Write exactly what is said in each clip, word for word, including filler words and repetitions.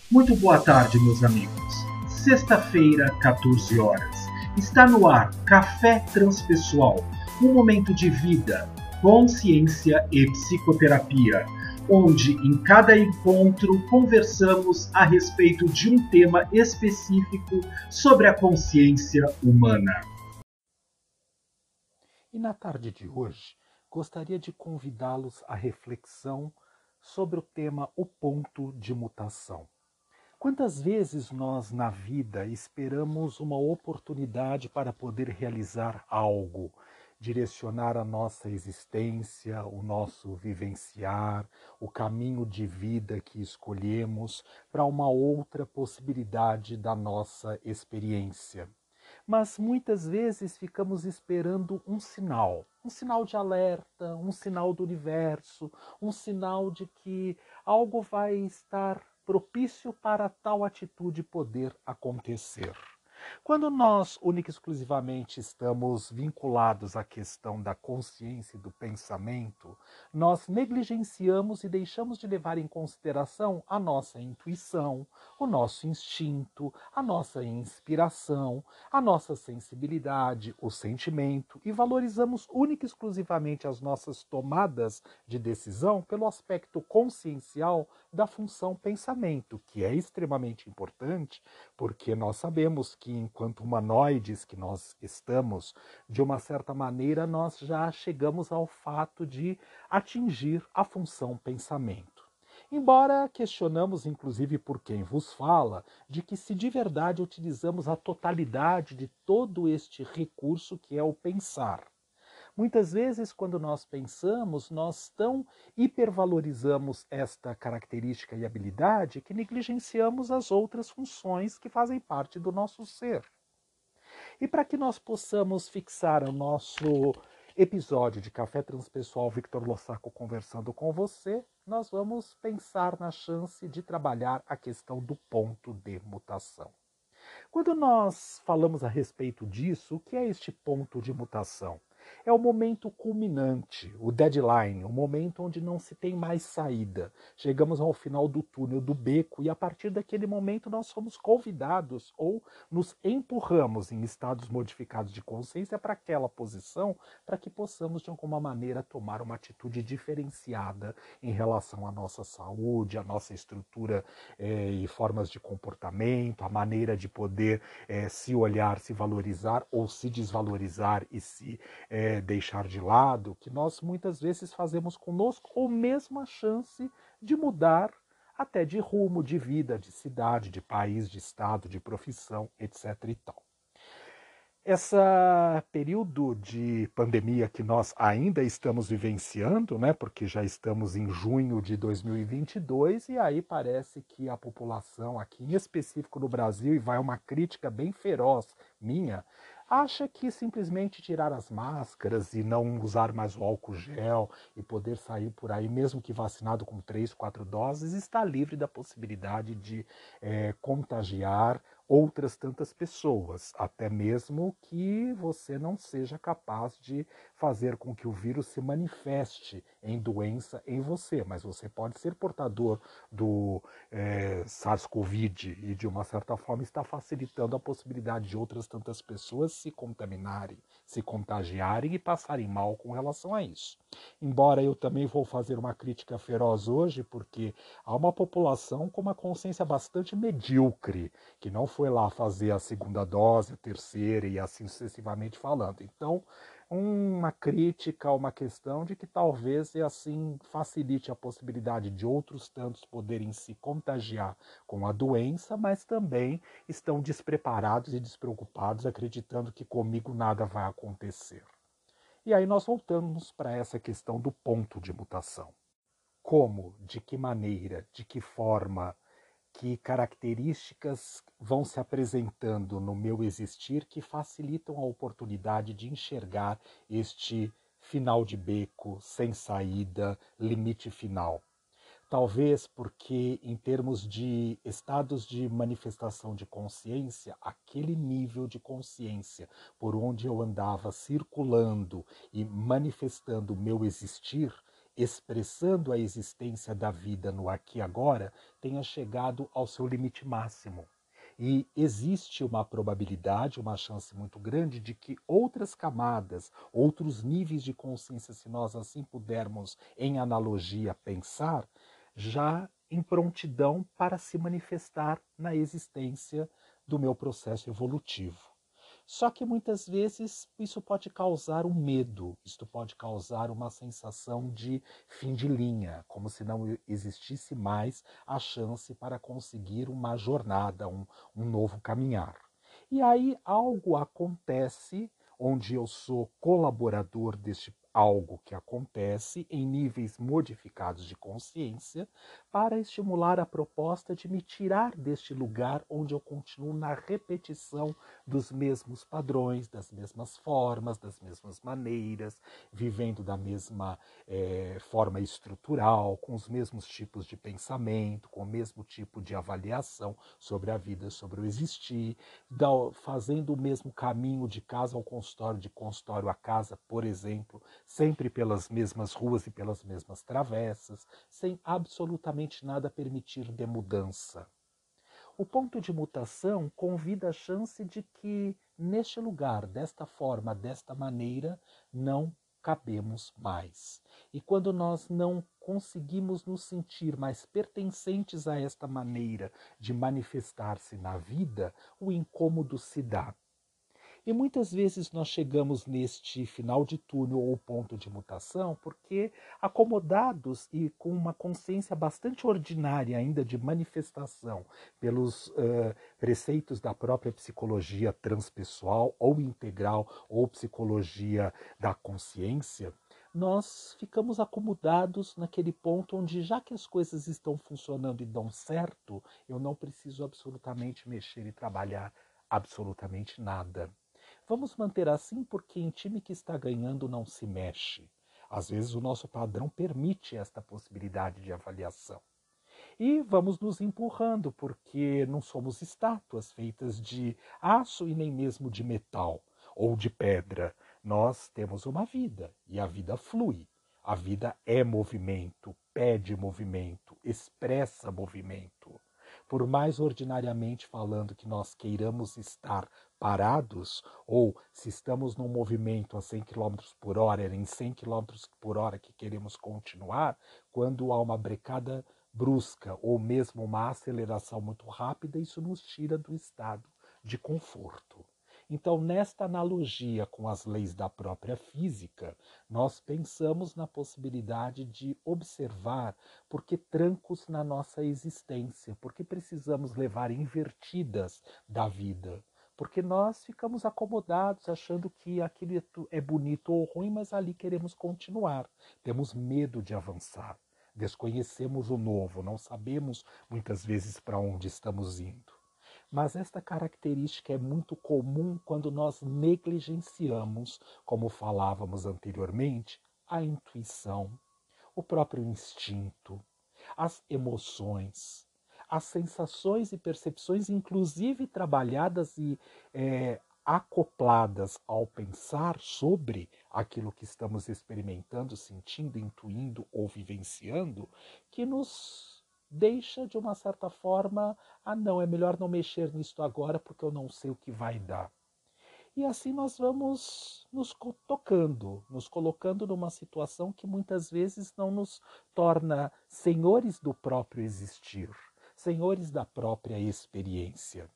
Muito boa tarde, meus amigos. Sexta-feira, quatorze horas. Está no ar Café Transpessoal, um momento de vida, consciência e psicoterapia, onde em cada encontro conversamos a respeito de um tema específico sobre a consciência humana. E na tarde de hoje, gostaria de convidá-los à reflexão sobre o tema O Ponto de Mutação. Quantas vezes nós na vida esperamos uma oportunidade para poder realizar algo, direcionar a nossa existência, o nosso vivenciar, o caminho de vida que escolhemos para uma outra possibilidade da nossa experiência? Mas muitas vezes ficamos esperando um sinal, um sinal de alerta, um sinal do universo, um sinal de que algo vai estar propício para tal atitude poder acontecer. Quando nós, única e exclusivamente, estamos vinculados à questão da consciência e do pensamento, nós negligenciamos e deixamos de levar em consideração a nossa intuição, o nosso instinto, a nossa inspiração, a nossa sensibilidade, o sentimento, e valorizamos única e exclusivamente as nossas tomadas de decisão pelo aspecto consciencial da função pensamento, que é extremamente importante, porque nós sabemos que enquanto humanoides que nós estamos, de uma certa maneira nós já chegamos ao fato de atingir a função pensamento. Embora questionamos, inclusive por quem vos fala, de que se de verdade utilizamos a totalidade de todo este recurso que é o pensar. Muitas vezes, quando nós pensamos, nós tão hipervalorizamos esta característica e habilidade que negligenciamos as outras funções que fazem parte do nosso ser. E para que nós possamos fixar o nosso episódio de Café Transpessoal Victor Lossaco conversando com você, nós vamos pensar na chance de trabalhar a questão do ponto de mutação. Quando nós falamos a respeito disso, o que é este ponto de mutação? É o momento culminante, o deadline, o momento onde não se tem mais saída. Chegamos ao final do túnel do beco e a partir daquele momento nós somos convidados ou nos empurramos em estados modificados de consciência para aquela posição, para que possamos de alguma maneira tomar uma atitude diferenciada em relação à nossa saúde, à nossa estrutura eh, e formas de comportamento, a maneira de poder eh, se olhar, se valorizar ou se desvalorizar e se é, deixar de lado, que nós muitas vezes fazemos conosco, ou mesmo a chance de mudar até de rumo, de vida, de cidade, de país, de estado, de profissão, etc e tal. Esse período de pandemia que nós ainda estamos vivenciando, né, porque já estamos em junho de dois mil e vinte e dois, e aí parece que a população aqui, em específico no Brasil, e vai uma crítica bem feroz minha, acha que simplesmente tirar as máscaras e não usar mais o álcool gel e poder sair por aí, mesmo que vacinado com três, quatro doses, está livre da possibilidade de é, contagiar outras tantas pessoas, até mesmo que você não seja capaz de fazer com que o vírus se manifeste em doença em você, mas você pode ser portador do é, SARS-CoV e de uma certa forma está facilitando a possibilidade de outras tantas pessoas se contaminarem, se contagiarem e passarem mal com relação a isso. Embora eu também vou fazer uma crítica feroz hoje, porque há uma população com uma consciência bastante medíocre, que não foi lá fazer a segunda dose, a terceira e assim sucessivamente falando. Então, uma crítica, uma questão de que talvez assim facilite a possibilidade de outros tantos poderem se contagiar com a doença, mas também estão despreparados e despreocupados, acreditando que comigo nada vai acontecer. E aí nós voltamos para essa questão do ponto de mutação. Como, de que maneira, de que forma, que características vão se apresentando no meu existir que facilitam a oportunidade de enxergar este final de beco, sem saída, limite final. Talvez porque, em termos de estados de manifestação de consciência, aquele nível de consciência por onde eu andava circulando e manifestando o meu existir, expressando a existência da vida no aqui e agora, tenha chegado ao seu limite máximo. E existe uma probabilidade, uma chance muito grande de que outras camadas, outros níveis de consciência, se nós assim pudermos, em analogia, pensar, já em prontidão para se manifestar na existência do meu processo evolutivo. Só que muitas vezes isso pode causar um medo, isto pode causar uma sensação de fim de linha, como se não existisse mais a chance para conseguir uma jornada, um, um novo caminhar. E aí algo acontece onde eu sou colaborador deste algo que acontece em níveis modificados de consciência para estimular a proposta de me tirar deste lugar onde eu continuo na repetição dos mesmos padrões, das mesmas formas, das mesmas maneiras, vivendo da mesma é, forma estrutural, com os mesmos tipos de pensamento, com o mesmo tipo de avaliação sobre a vida, sobre o existir, fazendo o mesmo caminho de casa ao consultório, de consultório a casa, por exemplo, sempre pelas mesmas ruas e pelas mesmas travessas, sem absolutamente nada permitir de mudança. O ponto de mutação convida a chance de que, neste lugar, desta forma, desta maneira, não cabemos mais. E quando nós não conseguimos nos sentir mais pertencentes a esta maneira de manifestar-se na vida, o incômodo se dá. E muitas vezes nós chegamos neste final de túnel ou ponto de mutação porque, acomodados e com uma consciência bastante ordinária ainda de manifestação pelos uh, preceitos da própria psicologia transpessoal ou integral ou psicologia da consciência, nós ficamos acomodados naquele ponto onde, já que as coisas estão funcionando e dão certo, eu não preciso absolutamente mexer e trabalhar absolutamente nada. Vamos manter assim porque em time que está ganhando não se mexe. Às vezes o nosso padrão permite esta possibilidade de avaliação. E vamos nos empurrando porque não somos estátuas feitas de aço e nem mesmo de metal ou de pedra. Nós temos uma vida e a vida flui. A vida é movimento, pede movimento, expressa movimento. Por mais ordinariamente falando que nós queiramos estar parados, ou se estamos num movimento a cem quilômetros por hora, é em cem quilômetros por hora que queremos continuar, quando há uma brecada brusca ou mesmo uma aceleração muito rápida, isso nos tira do estado de conforto. Então, nesta analogia com as leis da própria física, nós pensamos na possibilidade de observar por que trancos na nossa existência, por que precisamos levar invertidas da vida. Porque nós ficamos acomodados achando que aquilo é bonito ou ruim, mas ali queremos continuar. Temos medo de avançar. Desconhecemos o novo, não sabemos muitas vezes para onde estamos indo. Mas esta característica é muito comum quando nós negligenciamos, como falávamos anteriormente, a intuição, o próprio instinto, as emoções, as sensações e percepções, inclusive trabalhadas e é, acopladas ao pensar sobre aquilo que estamos experimentando, sentindo, intuindo ou vivenciando, que nos deixa, de uma certa forma, ah não, é melhor não mexer nisto agora porque eu não sei o que vai dar. E assim nós vamos nos tocando, nos colocando numa situação que muitas vezes não nos torna senhores do próprio existir, senhores da própria experiência.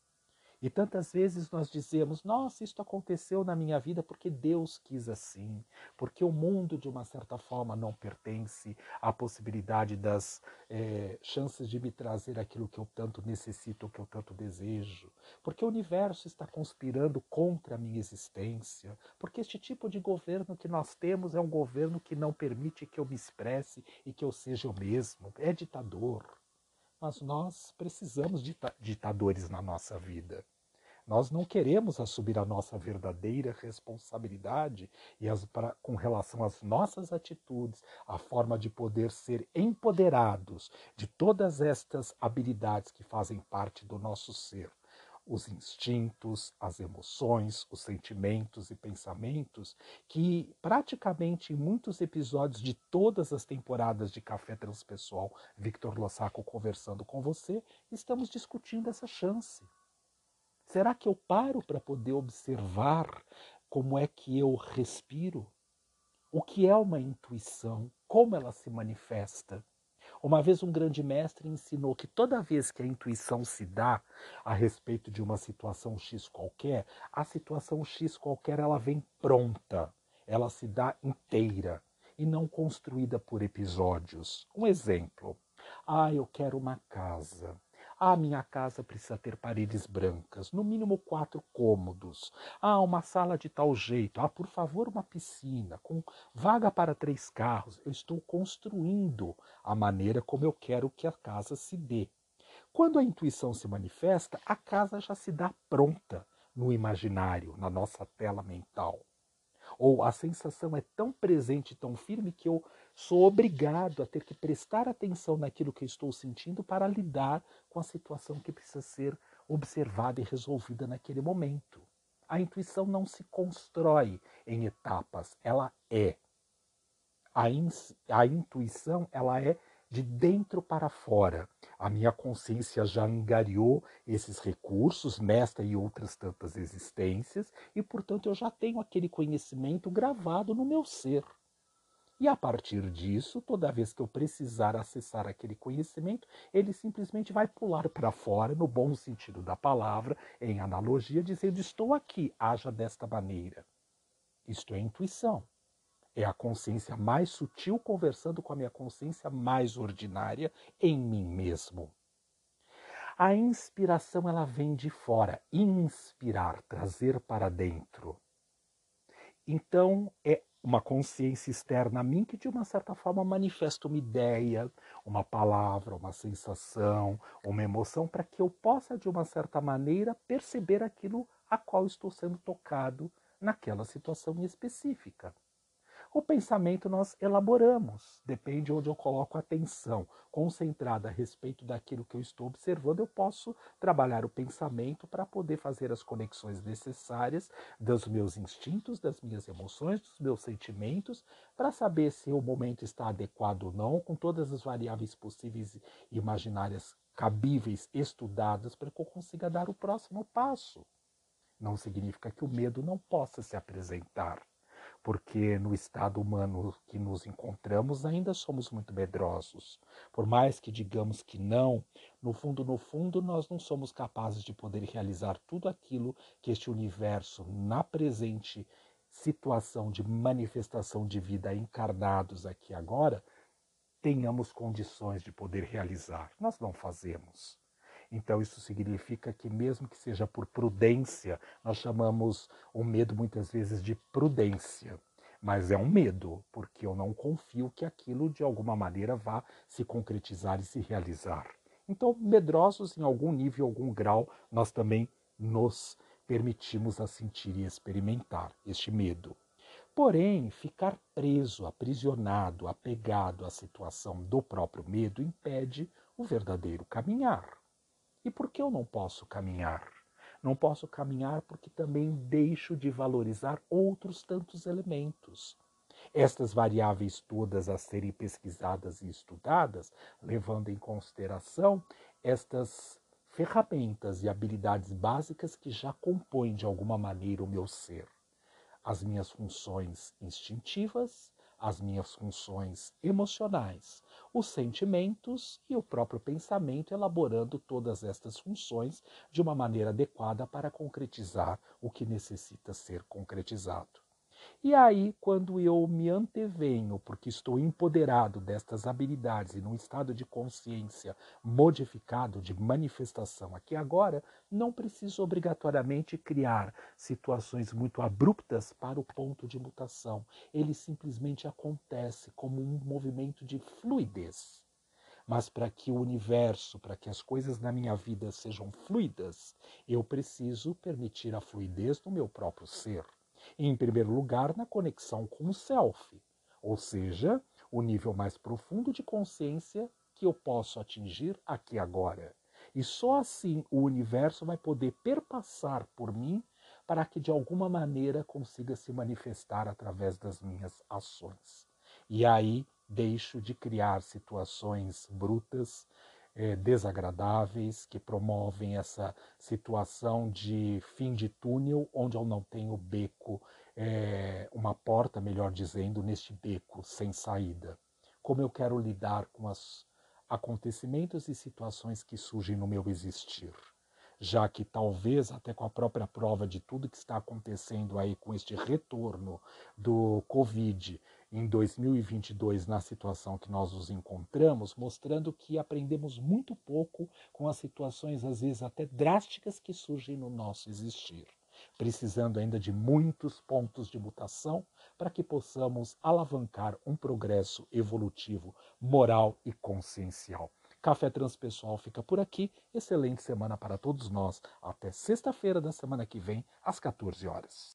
E tantas vezes nós dizemos, nossa, isto aconteceu na minha vida porque Deus quis assim, porque o mundo, de uma certa forma, não pertence à possibilidade das é, chances de me trazer aquilo que eu tanto necessito, que eu tanto desejo, porque o universo está conspirando contra a minha existência, porque este tipo de governo que nós temos é um governo que não permite que eu me expresse e que eu seja eu mesmo, é ditador. Mas nós precisamos de ditadores na nossa vida. Nós não queremos assumir a nossa verdadeira responsabilidade e as, pra, com relação às nossas atitudes, a forma de poder ser empoderados de todas estas habilidades que fazem parte do nosso ser. os instintos, as emoções, os sentimentos e pensamentos que praticamente em muitos episódios de todas as temporadas de Café Transpessoal, Victor Lossaco conversando com você, estamos discutindo essa chance. Será que eu paro para poder observar como é que eu respiro? O que é uma intuição? Como ela se manifesta? Uma vez um grande mestre ensinou que toda vez que a intuição se dá a respeito de uma situação X qualquer, a situação X qualquer ela vem pronta, ela se dá inteira e não construída por episódios. Um exemplo: ah, eu quero uma casa. Ah, minha casa precisa ter paredes brancas, no mínimo quatro cômodos. Ah, uma sala de tal jeito. Ah, por favor, uma piscina com vaga para três carros. Eu estou construindo a maneira como eu quero que a casa se dê. Quando a intuição se manifesta, a casa já se dá pronta no imaginário, na nossa tela mental. Ou a sensação é tão presente, tão firme, que eu sou obrigado a ter que prestar atenção naquilo que eu estou sentindo para lidar com a situação que precisa ser observada e resolvida naquele momento. A intuição não se constrói em etapas, ela é. A, in, a intuição, ela é de dentro para fora. A minha consciência já angariou esses recursos nesta e outras tantas existências e, portanto, eu já tenho aquele conhecimento gravado no meu ser. E a partir disso, toda vez que eu precisar acessar aquele conhecimento, ele simplesmente vai pular para fora, no bom sentido da palavra, em analogia, dizendo: estou aqui, haja desta maneira. Isto é intuição. É a consciência mais sutil conversando com a minha consciência mais ordinária em mim mesmo. A inspiração, ela vem de fora. Inspirar, trazer para dentro. Então, é uma consciência externa a mim que, de uma certa forma, manifesta uma ideia, uma palavra, uma sensação, uma emoção, para que eu possa, de uma certa maneira, perceber aquilo a qual estou sendo tocado naquela situação específica. O pensamento nós elaboramos, depende onde eu coloco a atenção concentrada a respeito daquilo que eu estou observando, eu posso trabalhar o pensamento para poder fazer as conexões necessárias dos meus instintos, das minhas emoções, dos meus sentimentos, para saber se o momento está adequado ou não, com todas as variáveis possíveis e imaginárias cabíveis, estudadas, para que eu consiga dar o próximo passo. Não significa que o medo não possa se apresentar, porque no estado humano que nos encontramos ainda somos muito medrosos. Por mais que digamos que não, no fundo, no fundo, nós não somos capazes de poder realizar tudo aquilo que este universo, na presente situação de manifestação de vida encarnados aqui agora, tenhamos condições de poder realizar. Nós não fazemos. Então isso significa que, mesmo que seja por prudência, nós chamamos o medo muitas vezes de prudência. Mas é um medo, porque eu não confio que aquilo de alguma maneira vá se concretizar e se realizar. Então, medrosos em algum nível, algum grau, nós também nos permitimos a sentir e experimentar este medo. Porém, ficar preso, aprisionado, apegado à situação do próprio medo impede o verdadeiro caminhar. E por que eu não posso caminhar? Não posso caminhar porque também deixo de valorizar outros tantos elementos. Estas variáveis todas a serem pesquisadas e estudadas, levando em consideração estas ferramentas e habilidades básicas que já compõem de alguma maneira o meu ser. As minhas funções instintivas, as minhas funções emocionais, os sentimentos e o próprio pensamento, elaborando todas estas funções de uma maneira adequada para concretizar o que necessita ser concretizado. E aí, quando eu me antevenho, porque estou empoderado destas habilidades e num estado de consciência modificado, de manifestação aqui agora, não preciso obrigatoriamente criar situações muito abruptas para o ponto de mutação. Ele simplesmente acontece como um movimento de fluidez. Mas para que o universo, para que as coisas na minha vida sejam fluidas, eu preciso permitir a fluidez no meu próprio ser. E, em primeiro lugar, na conexão com o self, ou seja, o nível mais profundo de consciência que eu posso atingir aqui agora. E só assim o universo vai poder perpassar por mim para que de alguma maneira consiga se manifestar através das minhas ações. E aí deixo de criar situações brutas, eh, desagradáveis, que promovem essa situação de fim de túnel, onde eu não tenho beco, eh, uma porta, melhor dizendo, neste beco sem saída. Como eu quero lidar com os acontecimentos e situações que surgem no meu existir, já que talvez até com a própria prova de tudo que está acontecendo aí com este retorno do Covid em dois mil e vinte e dois na situação que nós nos encontramos, mostrando que aprendemos muito pouco com as situações às vezes até drásticas que surgem no nosso existir, precisando ainda de muitos pontos de mutação para que possamos alavancar um progresso evolutivo, moral e consciencial. Café Transpessoal fica por aqui. Excelente semana para todos nós. Até sexta-feira da semana que vem, às quatorze horas.